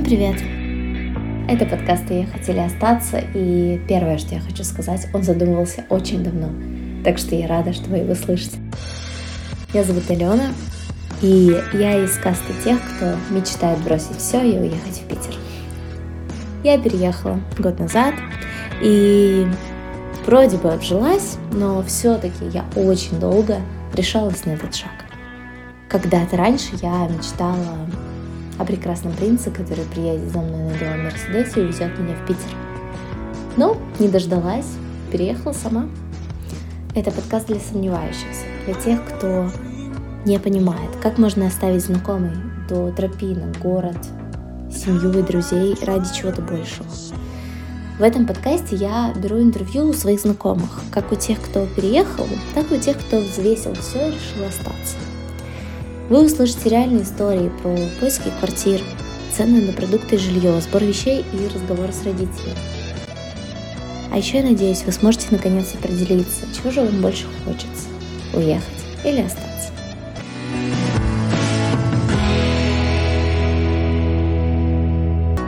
привет! Это подкаст «Уехать или остаться», и первое, что я хочу сказать, он задумывался очень давно, так что я рада, что вы его слышите. Меня зовут Алена, и я из касты тех, кто мечтает бросить все и уехать в Питер. Я переехала год назад, и вроде бы обжилась, но все-таки я очень долго решалась на этот шаг. Когда-то раньше я мечтала о прекрасном принце, который приедет за мной на белом Мерседесе и увезет меня в Питер. Но не дождалась, переехала сама. Это подкаст для сомневающихся, для тех, кто не понимает, как можно оставить знакомый до тропинок, город, семью и друзей ради чего-то большего. В этом подкасте я беру интервью у своих знакомых, как у тех, кто переехал, так и у тех, кто взвесил все и решил остаться. Вы услышите реальные истории про поиски квартир, цены на продукты и жилье, сбор вещей и разговоры с родителями. А еще я надеюсь, вы сможете наконец определиться, чего же вам больше хочется – уехать или остаться.